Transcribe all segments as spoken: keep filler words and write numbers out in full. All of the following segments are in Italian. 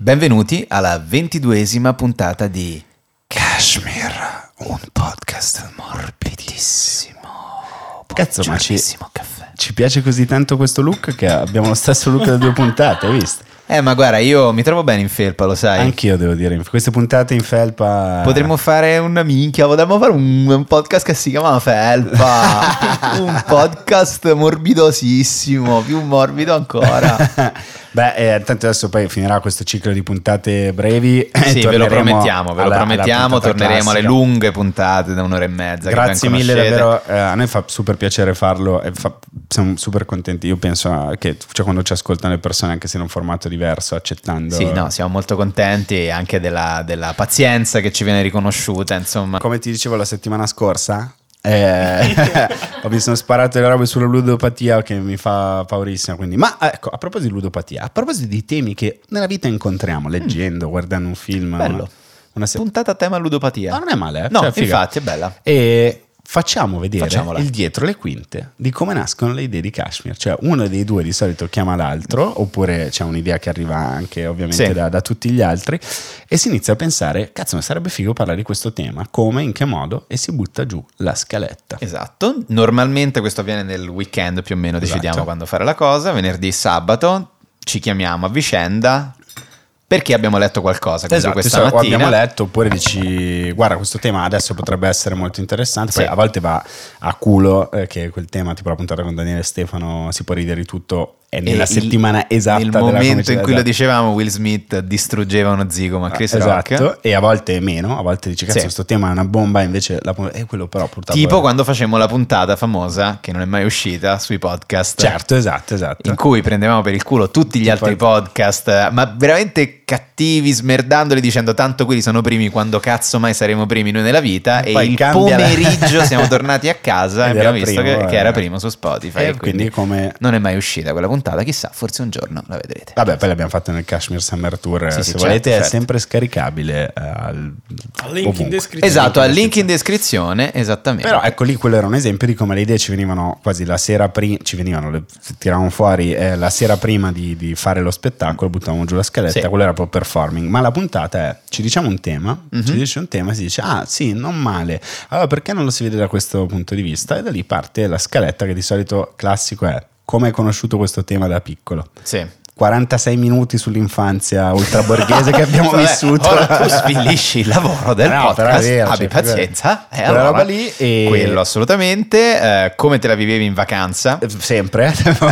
Benvenuti alla ventiduesima puntata di Kashmir, un podcast morbidissimo. Cazzo, ma ci, caffè. ci piace così tanto questo look che abbiamo lo stesso look da due puntate, hai visto? Eh, ma guarda, io mi trovo bene in felpa, lo sai. Anch'io devo dire, queste puntate in felpa. Potremmo fare una minchia, potremmo fare un, un podcast che si chiama Felpa. Un podcast morbidosissimo, più morbido ancora. Beh, eh, tanto adesso poi finirà questo ciclo di puntate brevi. Sì, ve lo promettiamo, ve lo alla, promettiamo, alla torneremo classica. alle lunghe puntate da un'ora e mezza. Grazie mille davvero, eh, a noi fa super piacere farlo e fa, siamo super contenti. Io penso che cioè, quando ci ascoltano le persone, anche se in un formato diverso, accettando. Sì, no, siamo molto contenti anche della, della pazienza che ci viene riconosciuta, insomma. Come ti dicevo la settimana scorsa, eh, ho visto sparato delle robe sulla ludopatia che mi fa paurissima, quindi. Ma ecco, a proposito di ludopatia, a proposito di temi che nella vita incontriamo leggendo, mm. guardando un film, bello, una se- puntata a tema ludopatia. Ma non è male, eh? No, cioè, infatti è bella. E facciamo vedere Facciamola. il dietro le quinte di come nascono le idee di Kashmir. Cioè uno dei due di solito chiama l'altro, oppure c'è un'idea che arriva anche ovviamente sì. da, da tutti gli altri, e si inizia a pensare, cazzo, ma sarebbe figo parlare di questo tema, come, in che modo, e si butta giù la scaletta. Esatto, normalmente questo avviene nel weekend, più o meno decidiamo Esatto. quando fare la cosa, venerdì, sabato, ci chiamiamo a vicenda. Perché abbiamo letto qualcosa Esatto, questa cioè, o mattina. abbiamo letto, oppure dici guarda, questo tema adesso potrebbe essere molto interessante. Poi sì. a volte va a culo, eh, che quel tema, tipo la puntata con Daniele e Stefano, si può ridere di tutto, è nella E settimana il, esatta nel della momento comicità, in cui lo esatto. dicevamo, Will Smith distruggeva uno zigomo a Chris Rock. Esatto, e a volte meno, a volte dici cazzo, Sì. questo tema è una bomba, invece la, è quello però purtroppo Tipo è... quando facemmo la puntata famosa, che non è mai uscita, sui podcast. Certo, esatto, esatto. In cui prendevamo per il culo tutti gli Tipo altri il- podcast, ma veramente cattivi, smerdandoli, dicendo tanto quelli sono primi, quando cazzo mai saremo primi noi nella vita. E Poi il cambia la- pomeriggio siamo tornati a casa e Ed abbiamo era visto primo, che, eh. che era primo su Spotify. E E quindi quindi come... non è mai uscita quella puntata, chissà, forse un giorno la vedrete. Vabbè, poi l'abbiamo fatto nel Kashmir Summer Tour, Sì, se sì, volete certo, è sempre scaricabile eh, al... Al link in ovunque. descrizione. Esatto, al link in descrizione, esattamente. Però ecco, lì quello era un esempio di come le idee ci venivano quasi la sera prima, ci venivano, le tiravamo fuori eh, la sera prima di, di fare lo spettacolo, buttavamo giù la scaletta, Sì. quello era proprio performing. Ma la puntata è, ci diciamo un tema, Mhm. ci dice un tema e si dice, ah sì, non male, allora perché non lo si vede da questo punto di vista? E da lì parte la scaletta, che di solito classico è, come hai conosciuto questo tema da piccolo? Sì. quarantasei minuti sull'infanzia ultraborghese che abbiamo Vabbè, vissuto. ora tu sfilisci il lavoro del No, però è podcast, vero, abbi cioè, pazienza, e quella allora, roba lì e- quello assolutamente. Eh, come te la vivevi in vacanza? Sempre.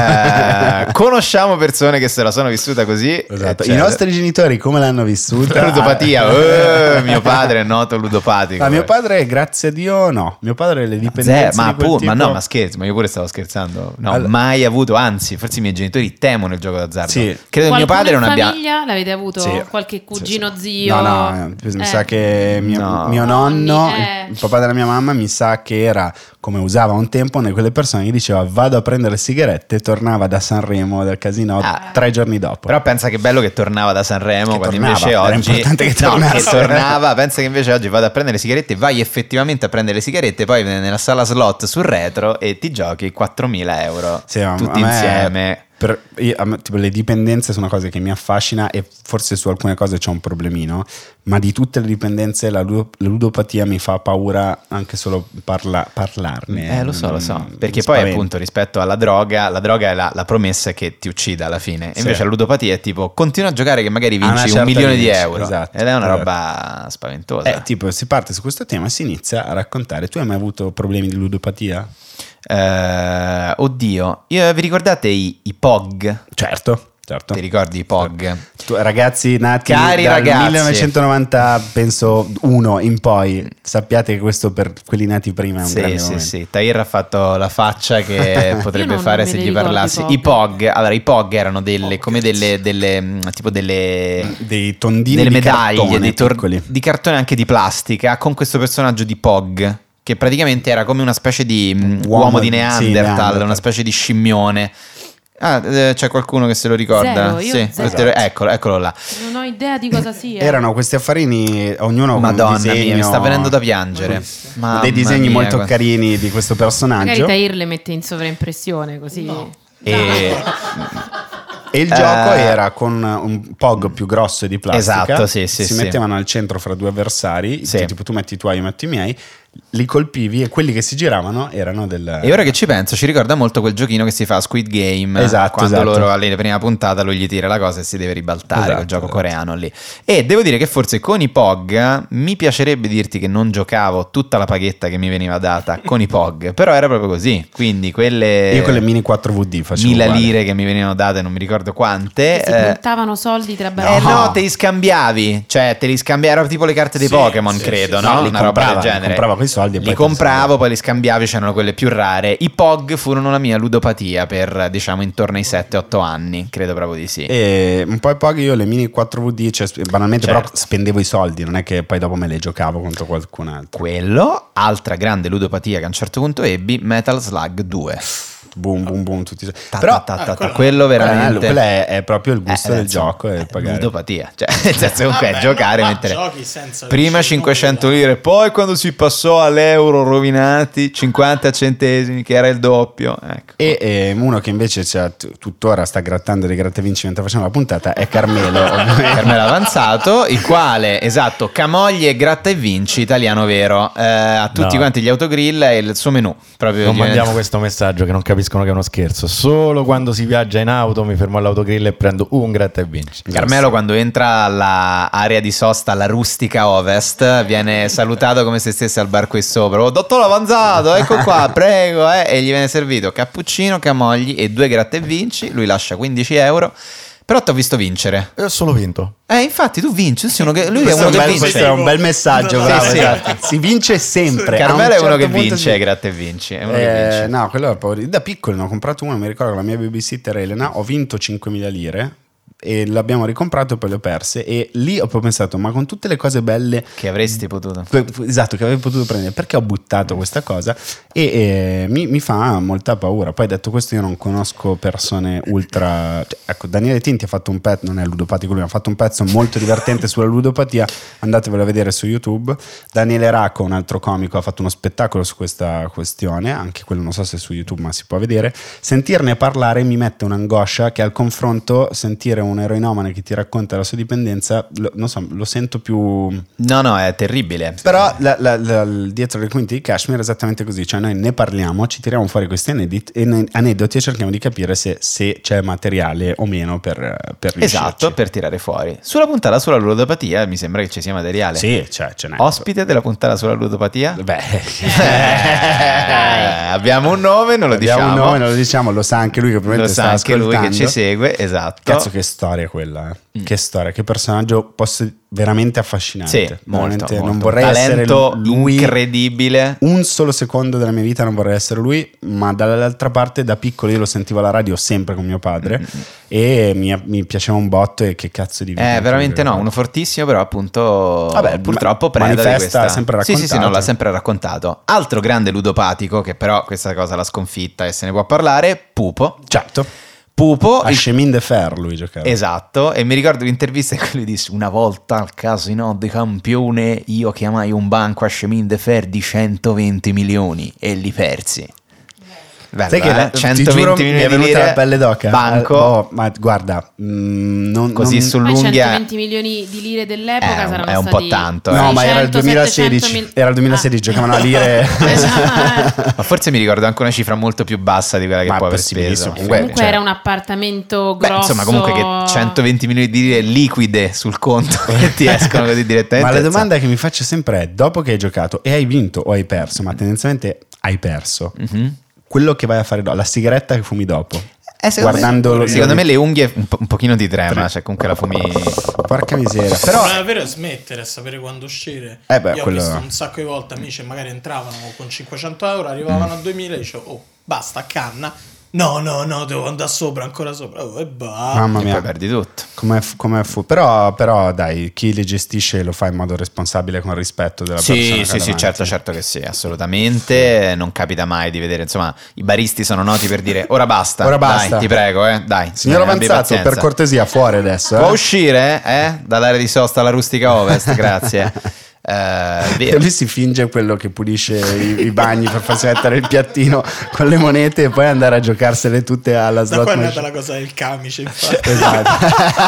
Eh, conosciamo persone che se la sono vissuta così. Esatto. eh, cioè, I nostri genitori come l'hanno vissuta? la ludopatia. Eh, mio padre è noto ludopatico. Ah, mio padre, grazie a Dio, no. Mio padre le dipendenze Zero, ma, di quel pu- tipo... ma no, ma scherzo, ma io pure stavo scherzando. No, Allora- mai avuto, anzi, forse i miei genitori temono il gioco d'azzardo. Sì. Credo che mio Qualcuno padre in non abbia. famiglia l'avete avuto? Sì. Qualche cugino Sì, sì. zio? No, no, mi Eh. sa che mio, No. mio nonno, Eh. il papà della mia mamma, mi sa che era come usava un tempo ne quelle persone che diceva vado a prendere sigarette e tornava da Sanremo dal casino Ah. tre giorni dopo. Però pensa che bello che tornava da Sanremo, Che quando tornava, invece era oggi importante che no, tornasse. che tornava, pensa che invece oggi vado a prendere le sigarette, vai effettivamente a prendere le sigarette, poi vieni nella sala slot sul retro e ti giochi quattromila euro Sì, ma tutti a me- insieme. Per, io, a me, tipo, le dipendenze sono una cosa che mi affascina e forse su alcune cose c'è un problemino, ma di tutte le dipendenze la, ludo- la ludopatia mi fa paura anche solo parla- parlarne. Eh, lo so, lo so. Mm, Perché mi poi, spaventa. appunto, rispetto alla droga, la droga è la, la promessa che ti uccida alla fine. E Sì. invece la ludopatia è tipo, continua a giocare che magari A una vinci un certa milione di vinci, euro. esatto. Ed è una Esatto. roba spaventosa. Eh, tipo, si parte su questo tema e si inizia a raccontare. Tu hai mai avuto problemi di ludopatia? Eh, oddio, io, vi ricordate i, i P O G? Certo, certo. Ti ricordi i P O G? Tu, ragazzi nati Cari dal ragazzi. millenovecentonovanta, penso uno in poi, sappiate che questo per quelli nati prima è un Sì, grande sì, momento. sì. Tahir ha fatto la faccia che potrebbe non fare me se ne gli ricordo parlassi. i I P O G, allora i P O G erano delle, come delle, delle, mh, tipo delle, Dei tondini delle di medaglie, cartone dei tor- piccoli. di cartone anche di plastica, con questo personaggio di P O G, che praticamente era come una specie di mh, uomo, Uomo di di- sì, Neanderthal, Neanderthal. una specie di scimmione. Ah, eh, c'è qualcuno che se lo ricorda? Zero, io sì, zero. te lo- eccolo, eccolo là. Non ho idea di cosa sia. Erano questi affarini, ognuno con Madonna un disegno, mia, mi sta venendo da piangere. Mamma dei disegni mia, molto guarda. carini di questo Magari personaggio. Tahir le mette in sovraimpressione così. E E il Eh, gioco era con un pog più grosso di plastica. Esatto, sì, sì, si sì. mettevano al centro fra due avversari, Sì. che tipo tu metti i tuoi, io metto i miei, li colpivi e quelli che si giravano erano del... E ora che ci penso, ci ricorda molto quel giochino che si fa a Squid Game. Esatto, Quando esatto. loro alla prima puntata lui gli tira la cosa e si deve ribaltare, Esatto, quel gioco esatto. coreano lì. E devo dire che forse con i P O G mi piacerebbe dirti che non giocavo tutta la paghetta che mi veniva data con i P O G, però era proprio così. Quindi quelle Io con le mini quattro V D facevo mila uguale. lire che mi venivano date, non mi ricordo quante. Si eh, puntavano soldi tra Eh bambini. no, te li scambiavi, cioè te li scambiavi, erano tipo le carte dei Sì, Pokémon, sì, credo, sì, no? sì. Li Una roba comprava, del li genere. comprava coi soldi e Li poi te li compravo, scambiavo. poi li scambiavi, c'erano quelle più rare. I P O G furono la mia ludopatia per, diciamo, intorno ai sette otto anni, credo proprio di sì. E un po' e pochi io le mini quattro V D, cioè sp- banalmente Certo. però spendevo i soldi, non è che poi dopo me le giocavo contro qualcun altro. Quello, altra grande ludopatia che a un certo punto ebbi, Metal Slug due. Boom boom boom tutti. Ta, Però ta, ta, ta, eh, quello- quello quello veramente è, è proprio il gusto Eh, del insomma, gioco e è pagare. ludopatia, cioè nel senso comunque Vabbè, giocare ma mettere giochi senza prima vincere cinquecento nulla. lire, poi quando si passò all'euro rovinati cinquanta centesimi che era il doppio, ecco. E eh, uno che invece c'ha t- tuttora sta grattando dei grattavinci mentre facciamo la puntata è Carmelo. ovviamente. Carmelo Avanzato, il quale, esatto, Camogli e gratta e vinci italiano vero, eh, a tutti No. quanti gli autogrill e il suo menù proprio Non gli- mandiamo questo messaggio che non capiscono che è uno scherzo. Solo quando si viaggia in auto mi fermo all'autogrill e prendo un gratta e vinci. Carmelo quando entra all'area di sosta, alla rustica ovest, viene salutato come se stesse al bar qui sopra. Oh, dottor Avanzato, ecco qua, prego, eh. E gli viene servito cappuccino, camogli e due gratta e vinci. Lui lascia quindici euro. Però ti ho visto vincere. E ho solo vinto. Eh, infatti tu vinci, tu sei uno che, lui Questo è uno è, un che bel, questo vince. è un bel messaggio, Sì, bravo, sì. esatto. Si vince sempre. a un Carmelo è uno certo che punto vince si- ai gratta e vinci. È uno che Eh, vince. no, quello è paura. Da piccolo ne ho comprato uno, mi ricordo che la mia babysitter Elena, ho vinto cinquemila lire e l'abbiamo ricomprato e poi le ho perse e lì ho proprio pensato, ma con tutte le cose belle Che avresti potuto. que- esatto, che avevo potuto prendere, perché ho buttato questa cosa e, e mi, mi fa molta paura. Poi detto questo io non conosco persone ultra, cioè, ecco, Daniele Tinti ha fatto un pezzo, non è ludopatico lui, ha fatto un pezzo molto divertente sulla ludopatia, andatevelo a vedere su YouTube. Daniele Racco, un altro comico, ha fatto uno spettacolo su questa questione, anche quello non so se è su YouTube ma si può vedere. Sentirne parlare mi mette un'angoscia che al confronto sentire un eroinomane che ti racconta la sua dipendenza lo, non so, lo sento più. No, no, è terribile. Però la- la- la- dietro le quinte di Kashmir è esattamente così, cioè noi ne parliamo, ci tiriamo fuori questi aneddoti, aneddoti e cerchiamo di capire se, se c'è materiale o meno per, per riuscirci. Esatto, per tirare fuori. Sulla puntata sulla ludopatia mi sembra che ci sia materiale. Sì, cioè, ce n'è. Ospite della puntata sulla ludopatia? Beh, Eh, abbiamo un nome, non lo abbiamo diciamo. un nome, non lo diciamo, lo sa anche lui che Lo probabilmente sa sta anche lui che ascoltando. ci segue, esatto. Cazzo che storia quella, eh. Che storia, che personaggio posso veramente affascinante. Sì, Veramente, molto, molto. non vorrei Talento essere lui incredibile. un solo secondo della mia vita non vorrei essere lui, ma dall'altra parte da piccolo io lo sentivo alla radio sempre con mio padre Mm-hmm. e mi, mi piaceva un botto e che cazzo di vita. Eh, veramente no, uno fortissimo, però appunto Vabbè, purtroppo ma- preda di manifesta, questa. sempre Sì, sì, sì, raccontato. no, l'ha sempre raccontato. Altro grande ludopatico che però questa cosa l'ha sconfitta e se ne può parlare, Pupo. Certo. Pupo, A il- Chemin de Fer lui giocava. esatto, e mi ricordo l'intervista in cui lui disse: una volta al casino di Campione io chiamai un banco a Chemin de Fer di centoventi milioni e li persi. Bello, Sai che eh? la- ti centoventi giuro mi milioni è di venuta lire, la pelle d'oca. banco, Oh, ma guarda, mm, non, così non- su Poi l'unghia centoventi milioni di lire dell'epoca è, saranno è un po' stati tanto. eh. No, ma era il seicento, duemilasedici. settecento mil- Era il duemilasedici, giocavano a lire. Esatto. Ma forse mi ricordo anche una cifra molto più bassa di quella che Ma può aver possibilissimo. speso. Comunque, Comunque cioè- era un appartamento Beh, grosso. insomma, comunque che centoventi milioni di lire liquide sul conto che ti escono così direttamente. Ma la domanda che mi faccio sempre è: dopo che hai giocato e hai vinto o hai perso, ma tendenzialmente hai perso, Mhm. quello che vai a fare dopo, la sigaretta che fumi dopo, Eh, secondo guardando me, lo- secondo me le unghie un, po- un pochino ti trema, Tre. cioè comunque la fumi. porca miseria. Il Però problema vero è smettere, smettere sapere quando uscire. Eh beh, Io quello- ho visto un sacco di volte amici che magari entravano con cinquecento euro, arrivavano a duemila e dicevo, oh, basta, canna. No, no, no, devo andare sopra, ancora sopra. Oh, e basta. mamma E mia, poi perdi tutto. com'è, fu- com'è fu- però, però dai, chi le gestisce lo fa in modo responsabile con rispetto della persona. Sì, che sì, ha sì, davanti. certo, certo che sì, assolutamente. Non capita mai di vedere, insomma, i baristi sono noti per dire ora basta, Ora dai, basta. ti prego, eh, dai. Signor eh, abbi Avanzato, pazienza. per cortesia, fuori adesso. Può eh. uscire, eh, dall'area di sosta alla rustica ovest, grazie. Eh, E lui si finge quello che pulisce i, i bagni per farsi mettere il piattino con le monete e poi andare a giocarsele tutte alla Da slot qua è nata machine. la cosa del camice, infatti. Esatto.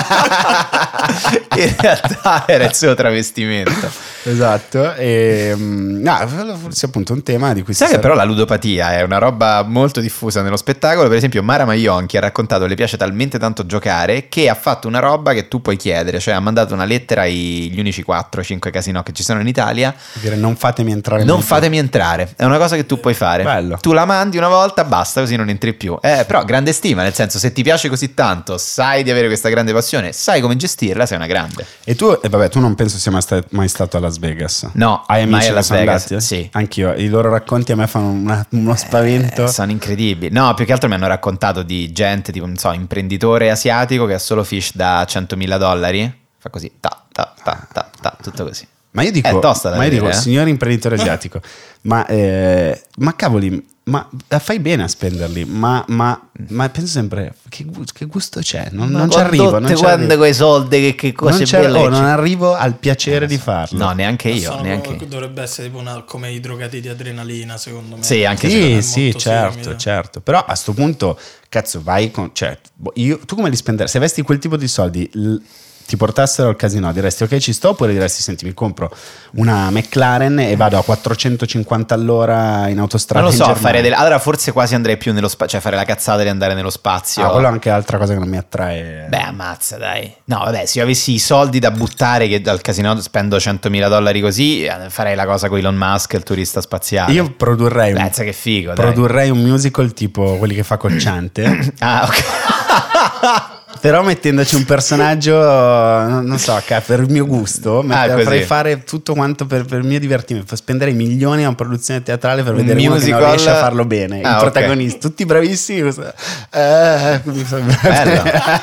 In realtà era il suo travestimento. Esatto. E, mm, no, forse appunto un tema di cui si Sai che sa- però la ludopatia è una roba molto diffusa nello spettacolo. Per esempio Mara Maionchi ha raccontato le piace talmente tanto giocare che ha fatto una roba che tu puoi chiedere, cioè ha mandato una lettera agli unici quattro cinque casinò che ci sono in Italia. dire non fatemi entrare Non mai più. fatemi entrare, è una cosa che tu puoi fare. Bello. Tu la mandi una volta, basta, così non entri più. Eh, però grande stima, nel senso, se ti piace così tanto, sai di avere questa grande passione, sai come gestirla, sei una grande. E tu, e vabbè, tu non penso sia mai, sta- mai stato a Las Vegas. No, hai amici mai a che Las sono Vegas, andati? sì. Anch'io, i loro racconti a me fanno una- uno spavento. Eh, sono incredibili. No, più che altro mi hanno raccontato di gente, tipo, non so, imprenditore asiatico che ha solo fish da centomila dollari. Fa così, ta, ta, ta, ta, ta, tutto così. Ma io dico, È tosta da ma io vedere, dico eh? signor imprenditore asiatico, ma, eh, ma cavoli, ma fai bene a spenderli, ma, ma, ma penso sempre, che, gu- che gusto c'è? Non, non ci arrivo. Non ci arrivo. quei soldi, che, che Non, c'è- oh, non arrivo al piacere di farlo. No, neanche io, Sono- neanche io. Dovrebbe essere tipo una, come i drogati di adrenalina, secondo me. Sì, anche Sì, secondo me è sì, molto certo, simile. certo. Però a sto punto, cazzo, vai con... Cioè, boh, io, tu come li spenderesti? Se avessi quel tipo di soldi, l- ti portassero al casino, diresti ok ci sto, oppure diresti senti mi compro una McLaren e vado a quattrocentocinquanta all'ora in autostrada Non lo in so, Germania. fare delle... allora forse quasi andrei più nello spazio, cioè fare la cazzata di andare nello spazio. Ah, quello è anche altra cosa che non mi attrae. Beh, ammazza, dai. No, vabbè, se io avessi i soldi da buttare, che dal casino spendo centomila dollari così, eh, farei la cosa con Elon Musk, il turista spaziale. Io produrrei un, Pensa che figo, dai. produrrei un musical tipo quelli che fa Cocciante, Ah, ok. però mettendoci un personaggio, non, non so, ca- per il mio gusto, Ah, così. farei fare tutto quanto per, per il mio divertimento, spenderei milioni a una produzione teatrale per Un vedere uno che musical- non riesce a farlo bene, Ah, i ok. protagonisti, tutti bravissimi. questo- eh, mi fa- Bello.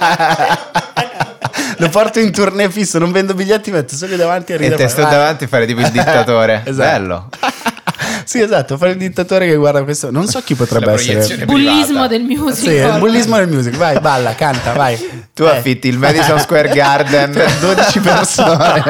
Lo porto in tournée fisso, non vendo biglietti, metto solo davanti a E ridere. te sto vai. davanti a fare tipo il dittatore. Esatto. Bello. Sì, esatto, fare il dittatore che guarda questo. Non so chi potrebbe La essere. proiezione Bullismo privata. del Sì, musical. il bullismo del music. Vai, balla, canta, vai. Tu Eh, affitti il Madison Square Garden per dodici persone.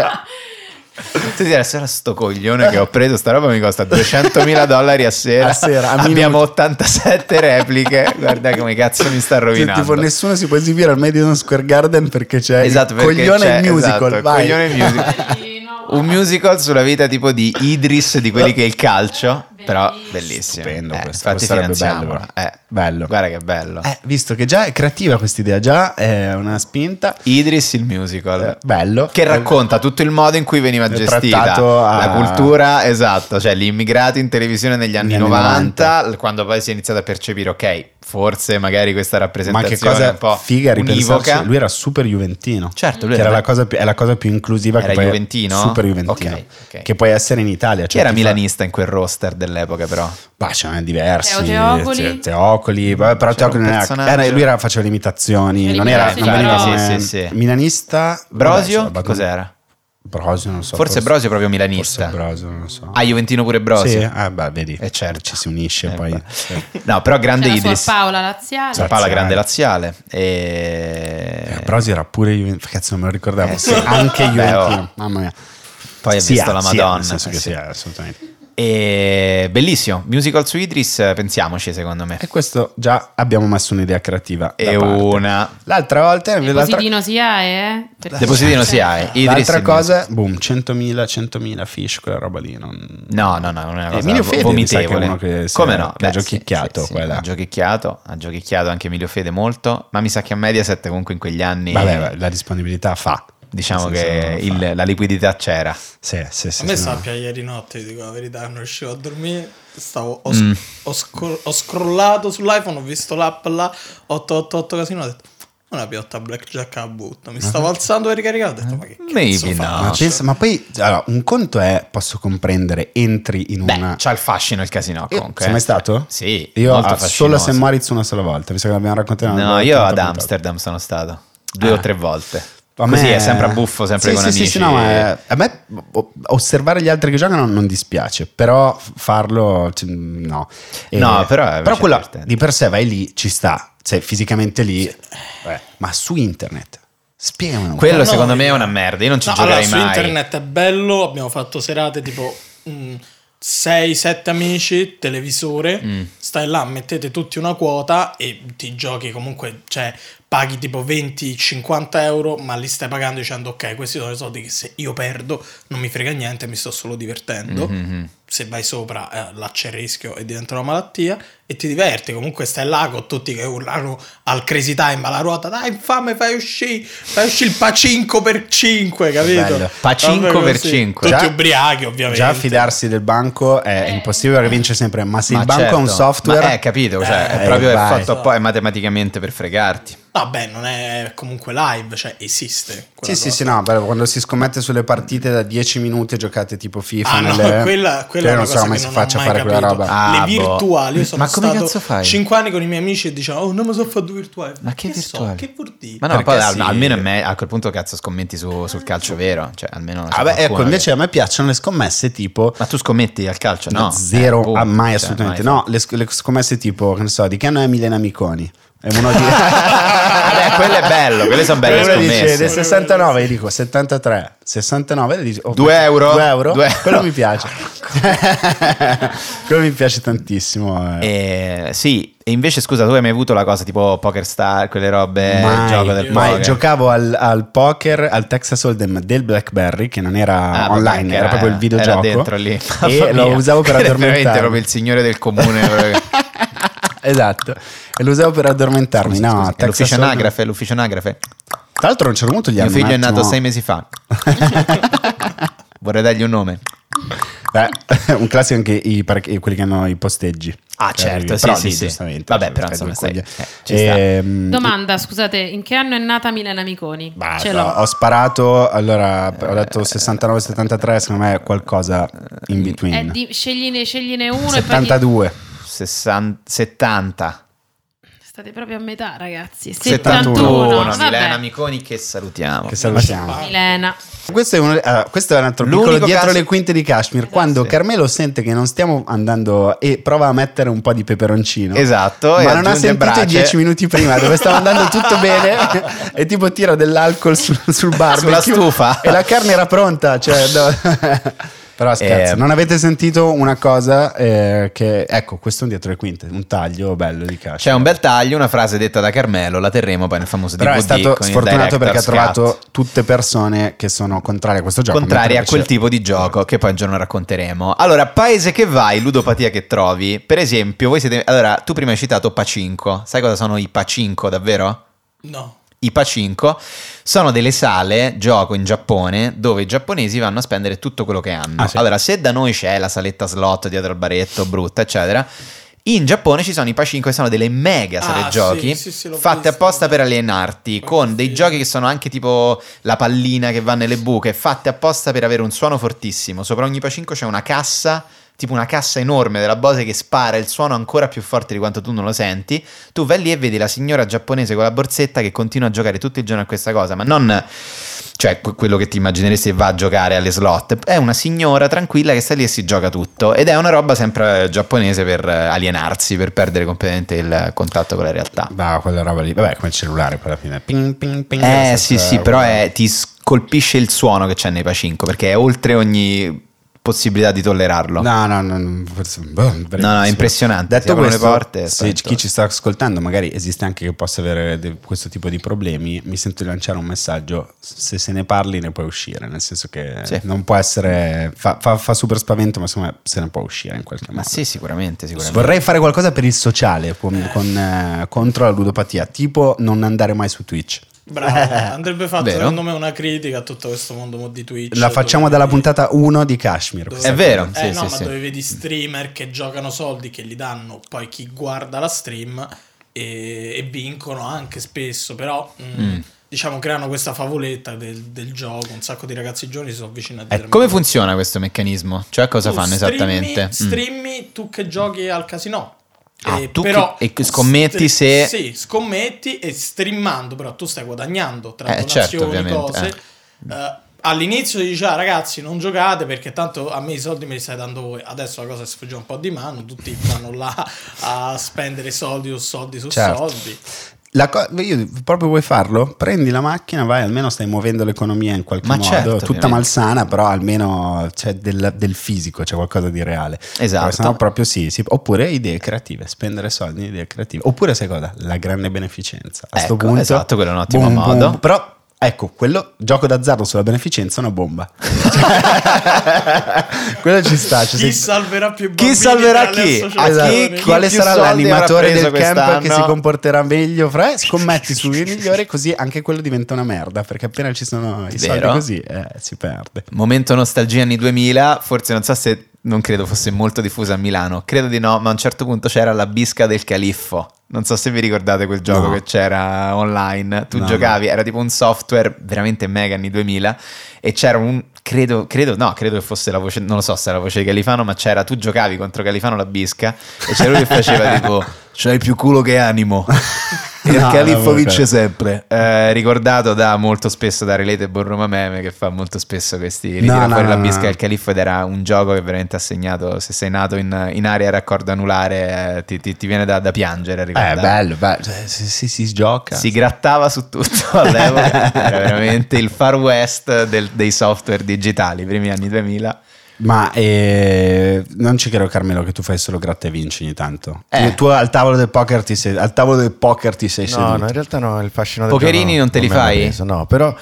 Tu diresti, era sto coglione che ho preso, sta roba mi costa duecentomila dollari a sera. A sera, a Abbiamo minuto. ottantasette repliche. Guarda come cazzo mi sta Cioè, rovinando. tipo, nessuno si può esibire al Madison Square Garden perché c'è Esatto, il perché coglione c'è- musical. esatto, il vai. coglione musical. Un musical sulla vita tipo di Idris, di quelli che è il calcio. Però bellissimo. Stupendo Eh, questo, infatti questo sarebbe finanziamolo. bello. Eh, Bello. Guarda che bello. Eh, visto che già è creativa questa idea, già è una spinta. Idris il musical. Eh, bello. Che racconta tutto il modo in cui veniva È gestita trattato a- la cultura, esatto, cioè gli immigrati in televisione negli anni, Negli anni novanta, quando poi si è iniziato a percepire, ok, forse magari questa Ma rappresentazione che cosa un po' figa univoca. ripensarci. Lui era super juventino. Certo, lui che era- era la cosa più, è la cosa più inclusiva Era che poi è juventino? super juventino. Ok, ok. Che puoi essere in Italia. Chi cioè era ti fa- milanista in quel roster dell'epoca però? Bah, ce n'è diversi. Teo Teocoli. Te- Teocoli, vabbè, però C'era Teocoli un non era, personaggio. era- lui era, faceva le imitazioni, Le non era, imitazioni, non veniva sì, come sì, sì. milanista. Brosio? Vabbè, Cos'era? Brosio, non so. Forse Brosio è proprio milanista. Forse Brosio, non lo so. Ah, Juventino pure Brosio? Sì, eh, beh, vedi, Eh, certo. ci si unisce Eh, poi. beh. Sì. No, però grande C'era Suor Idris. Paola Laziale. Suor Paola Laziale. grande laziale. E... Eh, Brosio era pure Juventino, cazzo non me lo ricordavo. Eh, Sì, sì. anche Beh, Juventino, oh. mamma mia. Poi ha Sì, visto ah, la sì, Madonna. nel senso eh, che sì. sì, assolutamente. E musical musical su Idris, eh, pensiamoci secondo me. E questo già abbiamo messo un'idea creativa. da E parte. una L'altra volta, l'altra, Depositino si ha, eh? Perché- Depositino si ha, eh. Idris l'altra il cosa, boom, centomila, centomila fish, quella roba lì. Non... No, no, no, non è una Eh, cosa Emilio Fede, mi sa che è vomitevole. uno che si Come è- no? che ha Beh, giochicchiato, sì, sì, quella. ha giochicchiato, ha giochicchiato anche Emilio Fede molto, ma mi sa che a Mediaset comunque in quegli anni Vabbè, beh, la disponibilità fa. diciamo Nel senso, che fa. il- la liquidità c'era. Sì, sì, sì. A me sì, no. sappia ieri notte, vi dico la verità, non riuscivo a dormire. Stavo, ho, Mm. ho scro- ho scrollato sull'iPhone, ho visto l'app là, otto otto otto casino, ho detto una piotta blackjack a butta. Mi stavo alzando per ricaricare, ho detto ma che cazzo Maybe faccio? no. Ma, pensa, ma poi, allora, un conto è, posso comprendere, entri in Beh, una... c'ha il fascino il casino Io- comunque. sei eh. mai stato? Sì, Io molto a Solo a fascinoso. Saint Moritz una sola volta, visto che l'abbiamo raccontato. No, nella io ad puntata. Amsterdam sono stato due Ah. o tre volte. A Così me- è sempre a buffo, sempre Sì, con sì, amici. Sì, sì, no, ma è- a me o- osservare gli altri che giocano non dispiace, però farlo c- no. E- No, però è però quello divertente. di per sé vai lì, ci sta, sei fisicamente lì, eh, ma su internet Spiegamelo. Quello No, secondo no, me è io- una merda. Io non ci No, giocherei allora, su mai. internet è bello, abbiamo fatto serate tipo sei sette amici, televisore, Mm. stai là, mettete tutti una quota e ti giochi comunque, cioè paghi tipo venti cinquanta euro, ma li stai pagando dicendo ok, questi sono i soldi che se io perdo non mi frega niente, mi sto solo divertendo. Mhm. Se vai sopra eh, là c'è il rischio e diventa una malattia e ti diverti, comunque stai là con tutti che urlano al Crazy Time alla ruota, dai infame fai uscire fai uscire il pacinco per cinque, capito? Bello. Pacinco Vabbè, per così. cinque. Tutti Già- ubriachi ovviamente. Già fidarsi del banco è impossibile perché vince sempre. Ma se Ma il banco certo. è un software, Ma è capito, cioè, Eh, è proprio vai. fatto poi matematicamente per fregarti. Vabbè, non è comunque live, cioè esiste Sì, quella sì, cosa. sì, no, però quando si scommette sulle partite da dieci minuti giocate tipo FIFA Ah no, nelle... quella, quella Io è una non so cosa come che si non faccia ho a mai fare quella capito. roba. Ah, Le boh. virtuali, io sono Ma come stato cazzo fai? cinque anni con i miei amici e dicevano oh non mi so fare due virtuali. Ma che so, virtuali? che vuol dire? Ma no, Perché poi al- sì. almeno a, me, a quel punto cazzo scommetti su- sul calcio vero. Cioè, almeno c'è Ah, beh, ecco, qualcuno invece che- a me piacciono le scommesse tipo... Ma tu scommetti al calcio? No. Zero, Eh, boom. ah, mai Cioè, assolutamente mai no. Le, sc- le scommesse tipo, che ne so, di che anno è Milena Miconi? E uno di... Vabbè, quello è bello, quelle sono belle Uno dice scommesse. del sessantanove, io dico settantatré, sessantanove, e dici, oh, Due euro? due euro? Due euro. Quello mi piace. Quello mi piace tantissimo. eh. Eh, sì, e invece scusa, tu hai mai avuto la cosa tipo Poker Star, quelle robe, mai, gioco del mai. poker? Giocavo al, al poker, al Texas Hold'em del BlackBerry, che non era Ah, vabbè, online, che era, proprio il videogioco. Era dentro lì. Mamma E lo mia. usavo per Era veramente addormentarmi. proprio il signore del comune. proprio. Esatto. E lo usavo per addormentarmi. Scusa, no, scusa, è Texas l'ufficio Hold'em- anagrafe, l'ufficio anagrafe. Tra l'altro a un certo punto gli Mio hanno figlio un è nato attimo- sei mesi fa. Vorrei dargli un nome. Beh, un classico anche i parchi- quelli che hanno i posteggi. Ah, certo, Eh, sì, però sì, lì, sì. giustamente, Vabbè, cioè, però, fai insomma, due stai- cogli. eh, ci sta. Ehm, Domanda, scusate, in che anno è nata Milena Miconi? bah, Ce ho, l'ho. ho sparato, allora ho detto sessantanove settantatré, secondo me è qualcosa in between. È di, scegliene, scegliene uno settantadue. sessanta, settanta. e poi state proprio a metà, ragazzi. settantuno. settantuno. Milena Vabbè. Miconi che salutiamo. Che salutiamo. Milena. Questo è, uno, allora, questo è un altro L'unico piccolo dietro caso- le quinte di Kashmir. Quando Sì. Carmelo sente che non stiamo andando e prova a mettere un po' di peperoncino, Esatto, e ma non ha aggiunge sentito brace. i dieci minuti prima dove stava andando tutto bene e tipo tira dell'alcol sul, sul barbecue Sulla stufa. e la carne era pronta. Cioè, no. Però scherzo, Eh, non avete sentito una cosa eh, che ecco, questo è un dietro le quinte, un taglio bello di Kashmir. C'è un bel taglio, una frase detta da Carmelo, la terremo poi nel famoso Però D V D è stato con il sfortunato perché ha director's trovato cut. tutte persone che sono contrarie a questo gioco. Contrari a mentre quel invece- tipo di gioco che poi un giorno racconteremo. Allora, paese che vai, ludopatia che trovi. Per esempio, voi siete. Allora, tu prima hai citato Pacinco. Sai cosa sono i Pacinco, davvero? No. I Pacinco sono delle sale gioco in Giappone dove i giapponesi vanno a spendere tutto quello che hanno. Ah, sì. Allora, se da noi c'è la saletta slot dietro al baretto, brutta, eccetera, in Giappone ci sono i Pacinco che sono delle mega sale Ah, giochi sì, sì, sì, l'ho fatte visto. apposta per alienarti, con dei Sì. giochi che sono anche tipo la pallina che va nelle buche, fatte apposta per avere un suono fortissimo. Sopra ogni Pacinco c'è una cassa, tipo una cassa enorme della Bose che spara il suono ancora più forte di quanto tu non lo senti. Tu vai lì e vedi la signora giapponese con la borsetta che continua a giocare tutto il giorno a questa cosa, ma non cioè que- quello che ti immagineresti che va a giocare alle slot. È una signora tranquilla che sta lì e si gioca tutto, ed è una roba sempre giapponese per eh, alienarsi, per perdere completamente il contatto con la realtà. No, quella roba lì, vabbè, come il cellulare poi alla fine. Ping, ping, ping, Eh la sì stessa sì, però roba. è- ti scolpisce il suono che c'è nei Pacinco, perché è oltre ogni possibilità di tollerarlo. No, no, no, forse- boh, No, no, è impressionante. Si Detto aprono le questo, porte, se spavento. chi ci sta ascoltando magari esiste anche che possa avere de- questo tipo di problemi, mi sento di lanciare un messaggio: se se ne parli ne puoi uscire, nel senso che Sì. non può essere, fa, fa- fa super spavento, ma secondo me se ne può uscire in qualche Ma modo. sì, sicuramente, sicuramente. Vorrei fare qualcosa per il sociale con, con, eh, contro la ludopatia, tipo non andare mai su Twitch. Bravo, andrebbe fatto Vero? secondo me una critica a tutto questo mondo mo di Twitch. La facciamo dove dalla vedi- puntata uno di Kashmir. dove- È vero, eh, sì, no, sì, ma sì. dove vedi streamer che giocano soldi che li danno poi chi guarda la stream e, e vincono anche spesso, però mh, Mm. diciamo creano questa favoletta del, del gioco, un sacco di ragazzi giovani si sono avvicinati. Eh, come funziona questo meccanismo? Cioè cosa Tu fanno streami- esattamente? Mm. Streami tu che giochi al casino. Ah, Eh, tu però che- e scommetti se- Sì, scommetti e streamando, però tu stai guadagnando tra Eh, donazioni, certo, ovviamente, cose. Eh, all'inizio si diceva ragazzi non giocate perché tanto a me i soldi me li stai dando voi. Adesso la cosa si sfugge un po' di mano, tutti vanno là a spendere soldi su soldi su Certo. soldi. La co- io, proprio vuoi farlo? Prendi la macchina, vai, almeno stai muovendo l'economia in qualche Ma modo, certo, tutta ovviamente. malsana, però almeno c'è del, del fisico, c'è qualcosa di reale. Esatto. Perché sennò proprio sì, sì. Oppure idee creative, spendere soldi in idee creative. Oppure sai cosa? La grande beneficenza. A sto Ecco, punto, esatto, quello è un ottimo boom, modo. boom. Però ecco, quello gioco d'azzardo sulla beneficenza è una bomba. Quello ci sta. Ci Chi sei- salverà più Chi bambini salverà dalle chi? associazioni? Esatto. Chi- Chi quale più sarà soldi l'animatore avrà preso del camp quest'anno? che si comporterà meglio? Fra, scommetti sui migliori, così anche quello diventa una merda. Perché appena ci sono i soldi Vero. così, eh, si perde. Momento nostalgia anni duemila, forse non so se, non credo fosse molto diffusa a Milano, credo di no, ma a un certo punto c'era la bisca del califfo. Non so se vi ricordate quel gioco No. che c'era online, tu No, giocavi, era tipo un software veramente mega anni duemila e c'era un, credo, credo, no, credo che fosse la voce, non lo so se era la voce di Califano, ma c'era, tu giocavi contro Califano la bisca e c'era lui che faceva tipo, c'hai più culo che animo. Il No, califfo no, vince ok. sempre. Eh, ricordato da molto spesso da Relatable Roma Meme, che fa molto spesso questi ritira No, no, fuori no, la no, bisca no. del califfo ed era un gioco che veramente ha segnato. Se sei nato in, in area a raccordo anulare, eh, ti, ti- ti viene da, da piangere. a Eh, ricordare. bello, bello. Cioè, si, si, si gioca. Si grattava su tutto all'epoca. Era veramente il far west del- dei software digitali, i primi anni duemila. Ma eh, non ci credo, Carmelo, che tu fai solo gratta e vinci ogni tanto. Eh. Tu, tu al tavolo del poker ti sei, al tavolo del poker ti sei No, seduto. no, in realtà no, il fascino del Pokerini gioco non te li mi hanno fai? preso, no, però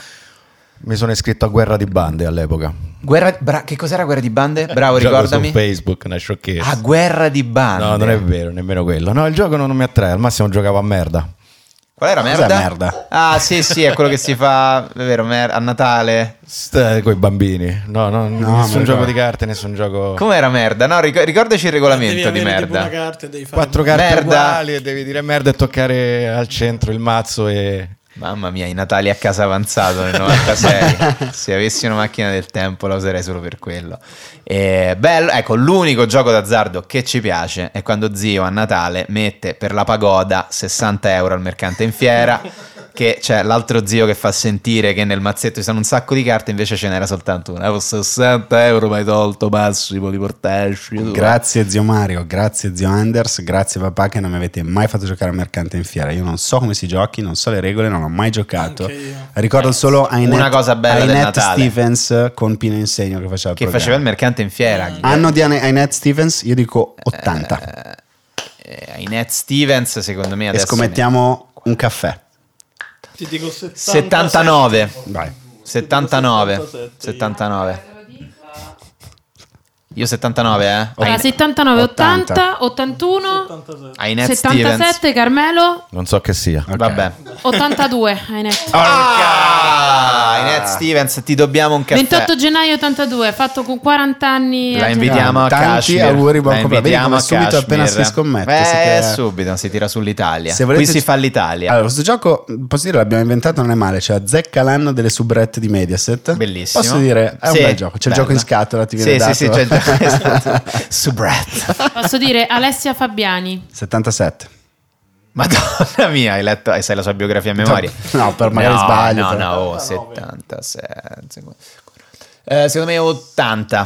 mi sono iscritto a Guerra di Bande all'epoca. Guerra, bra- che cos'era Guerra di Bande? Bravo, Gioco ricordami. su Facebook, una sciocchezza. Ah, Guerra di Bande. No, non è vero, nemmeno quello. No, il gioco non mi attrae, al massimo giocavo a merda. Qual era Cos'è merda? merda? Ah, sì, sì, è quello che si fa, è vero, mer- a Natale. Stai coi bambini. No, no, No, nessun ma gioco no. di carte, nessun gioco. Come era merda? No, ric- ricordaci il Devi regolamento di avere tipo una merda. carta e devi fare Quattro carte Merda. uguali e devi dire merda e toccare al centro il mazzo e... Mamma mia, i Natali a casa avanzato nel novantasei. Se avessi una macchina del tempo la userei solo per quello. E bello, ecco, l'unico gioco d'azzardo che ci piace è quando zio a Natale mette per la pagoda sessanta euro al mercante in fiera. Che c'è l'altro zio che fa sentire che nel mazzetto ci sono un sacco di carte, invece ce n'era soltanto una. Eh, sessanta euro mi hai tolto, Massimo, di portarci. tu. Grazie zio Mario, grazie zio Anders, grazie papà che non mi avete mai fatto giocare al mercante in fiera. Io non so come si giochi, non so le regole, non ho mai giocato. Anche io. Ricordo solo Ainet, Una cosa bella del Ainet Natale. Stevens con Pino Insegno che faceva il Che programma. faceva il mercante in fiera. Anno di Ainet Stevens, io dico ottanta. Eh, Ainet Stevens, secondo me E adesso. scommettiamo un caffè. Ti dico settantasette. settantanove. Vai. settantanove. settantasette. settantanove. Io settantanove, eh. Allora, Ai- settantanove, ottanta. ottanta, ottantuno, settantasette. Ainet Stevens. settantasette, Carmelo, Non so che sia. Ok. Vabbè. ottantadue, Ainet. Ah, Ainet Stevens, ti dobbiamo un caffè. ventotto gennaio ottantadue, fatto con quaranta anni. La a invitiamo a Tanti Kashmir. auguri, buon La compleanno. Vedi invitiamo come a subito appena Kashmir. si scommette, Eh, si crea- subito si tira sull'Italia. Se volete- Qui si fa l'Italia. Allora, questo gioco, posso dire, l'abbiamo inventato, non è male. Cioè, azzecca l'anno delle soubrette di Mediaset. Bellissimo. Posso dire, è un Sì, bel gioco. C'è il bello. gioco in scatola, ti viene Sì, dato. sì, sì, c'è il gioco. Esatto. Soubrette. Posso dire Alessia Fabiani. settantasette. Madonna mia, hai letto, hai sai la sua biografia a memoria? No, per magari no, sbaglio, No, però. no, oh, settantasette. Eh, secondo me ottanta.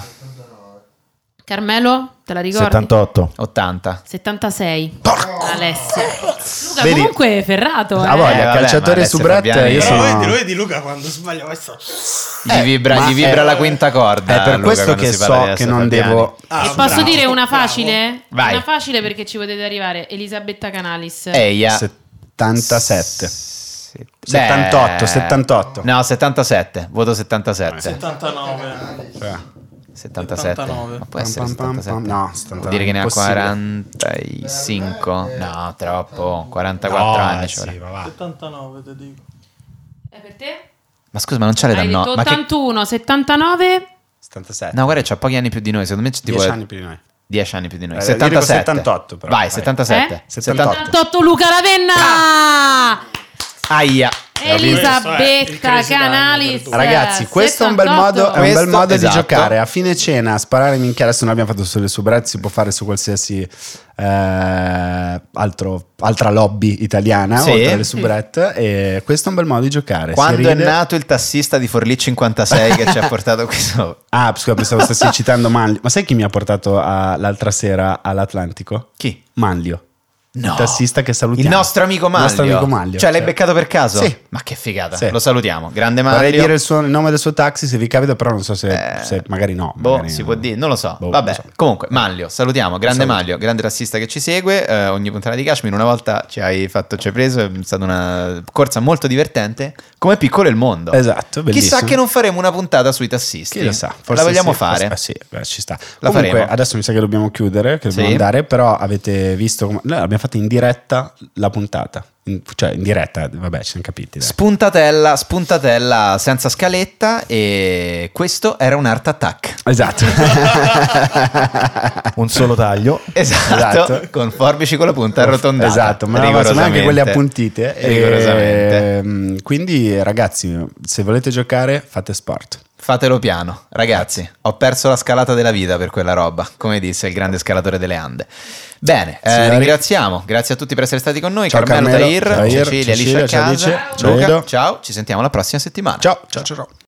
Carmelo, te la ricordi? settantotto. ottanta. settantasei. Alessia. Luca Vedi? comunque è ferrato. Ah, Eh. voglia, Eh, vabbè, calciatori ma e Alessia soubrette, Fabiani- io Però sono... vedi, lo vedi Luca quando sbaglia questo. Gli vibra, ma gli vibra è- la quinta corda. È per Luca, questo quando che si parla so di che Alessia non Fabiani. devo... Ah, E posso bravo, dire una bravo. facile? Vai. Una facile perché ci potete arrivare. Elisabetta Canalis. Eia. settantasette. Set- settantotto, Beh, settantotto. No, settantasette. Voto settantasette. settantanove. Cioè, settantasette. settantanove. Ma può essere Pam, pam, pam, settantasette? pam. No, settantanove, Vuol dire che ne ha impossibile. quarantacinque? No, troppo. quarantaquattro no, anni. eh, ci sì, vorrà. va, va. settantanove, ti dico. È per te? Ma scusa, ma non c'è l'età Hai no? detto Ma che... ottantuno, settantanove. settantasette. No, guarda, c'ha pochi anni più di noi. Secondo me c'è tipo dieci anni più di noi. dieci anni più di noi. Eh, io dico settantasette. settantotto, però. Vai, Vai. settantasette. Eh? settantotto. settantotto Luca Ravenna. Aia. Questo è il Elisabetta crazy time Canalis. per tutti. Ragazzi, questo è un bel modo, è un Questo, bel modo esatto. di giocare. A fine cena, sparare minchia. Adesso noi abbiamo fatto sulle soubrette, si può fare su qualsiasi eh, altro, altra lobby italiana, Sì. oltre alle soubrette. E questo è un bel modo di giocare. Si Quando è ride. nato il tassista di Forlì cinquantasei che ci ha portato qui sopra? Ah, scusa, pensavo stessi citando Manlio. Ma sai chi mi ha portato a- l'altra sera all'Atlantico? Chi? Manlio. No. Il tassista che salutiamo. Il nostro amico Maglio. Il nostro amico Maglio. Cioè, l'hai beccato per caso? Sì. Ma che figata. Sì. Lo salutiamo. Grande Maglio. Vorrei dire il, suo, il nome del suo taxi se vi capita, però non so se, Eh, se magari no. Boh, magari si no. può dire, non lo so. Boh, Vabbè, non so. comunque, Maglio, salutiamo. Grande Saluto. Maglio, grande tassista che ci segue. eh, ogni puntata di Kashmir, una volta ci hai fatto, ci hai preso. È stata una corsa molto divertente. Come piccolo è il mondo. Esatto, bellissimo. Chissà che non faremo una puntata sui tassisti. Chi lo sa, La forse vogliamo sì, fare? forse- eh sì, beh, ci sta. La Comunque, faremo. adesso mi sa che dobbiamo chiudere, che dobbiamo Sì. andare, però avete visto come... Noi abbiamo fatto in diretta la puntata, in- cioè in diretta, vabbè, ci siamo capiti. dai. Spuntatella, spuntatella senza scaletta. E questo era un Art Attack. Esatto. Un solo taglio. Esatto, Esatto. con forbici con la punta arrotondata. Esatto, ma no, ma sono anche quelle appuntite. Rigorosamente. E, quindi, ragazzi, se volete giocare, fate sport. Fatelo piano, ragazzi. Ho perso la scalata della vita per quella roba, come disse il grande scalatore delle Ande. Bene, eh, Signori. ringraziamo. Grazie a tutti per essere stati con noi. Ciao, Carmelo, Carmelo, Tahir, Tahir, Cecilia, Cecilia, Alice a ciao, casa. Alice, ciao, Luca, Edo. ciao. Ci sentiamo la prossima settimana. Ciao, ciao, ciao. ciao.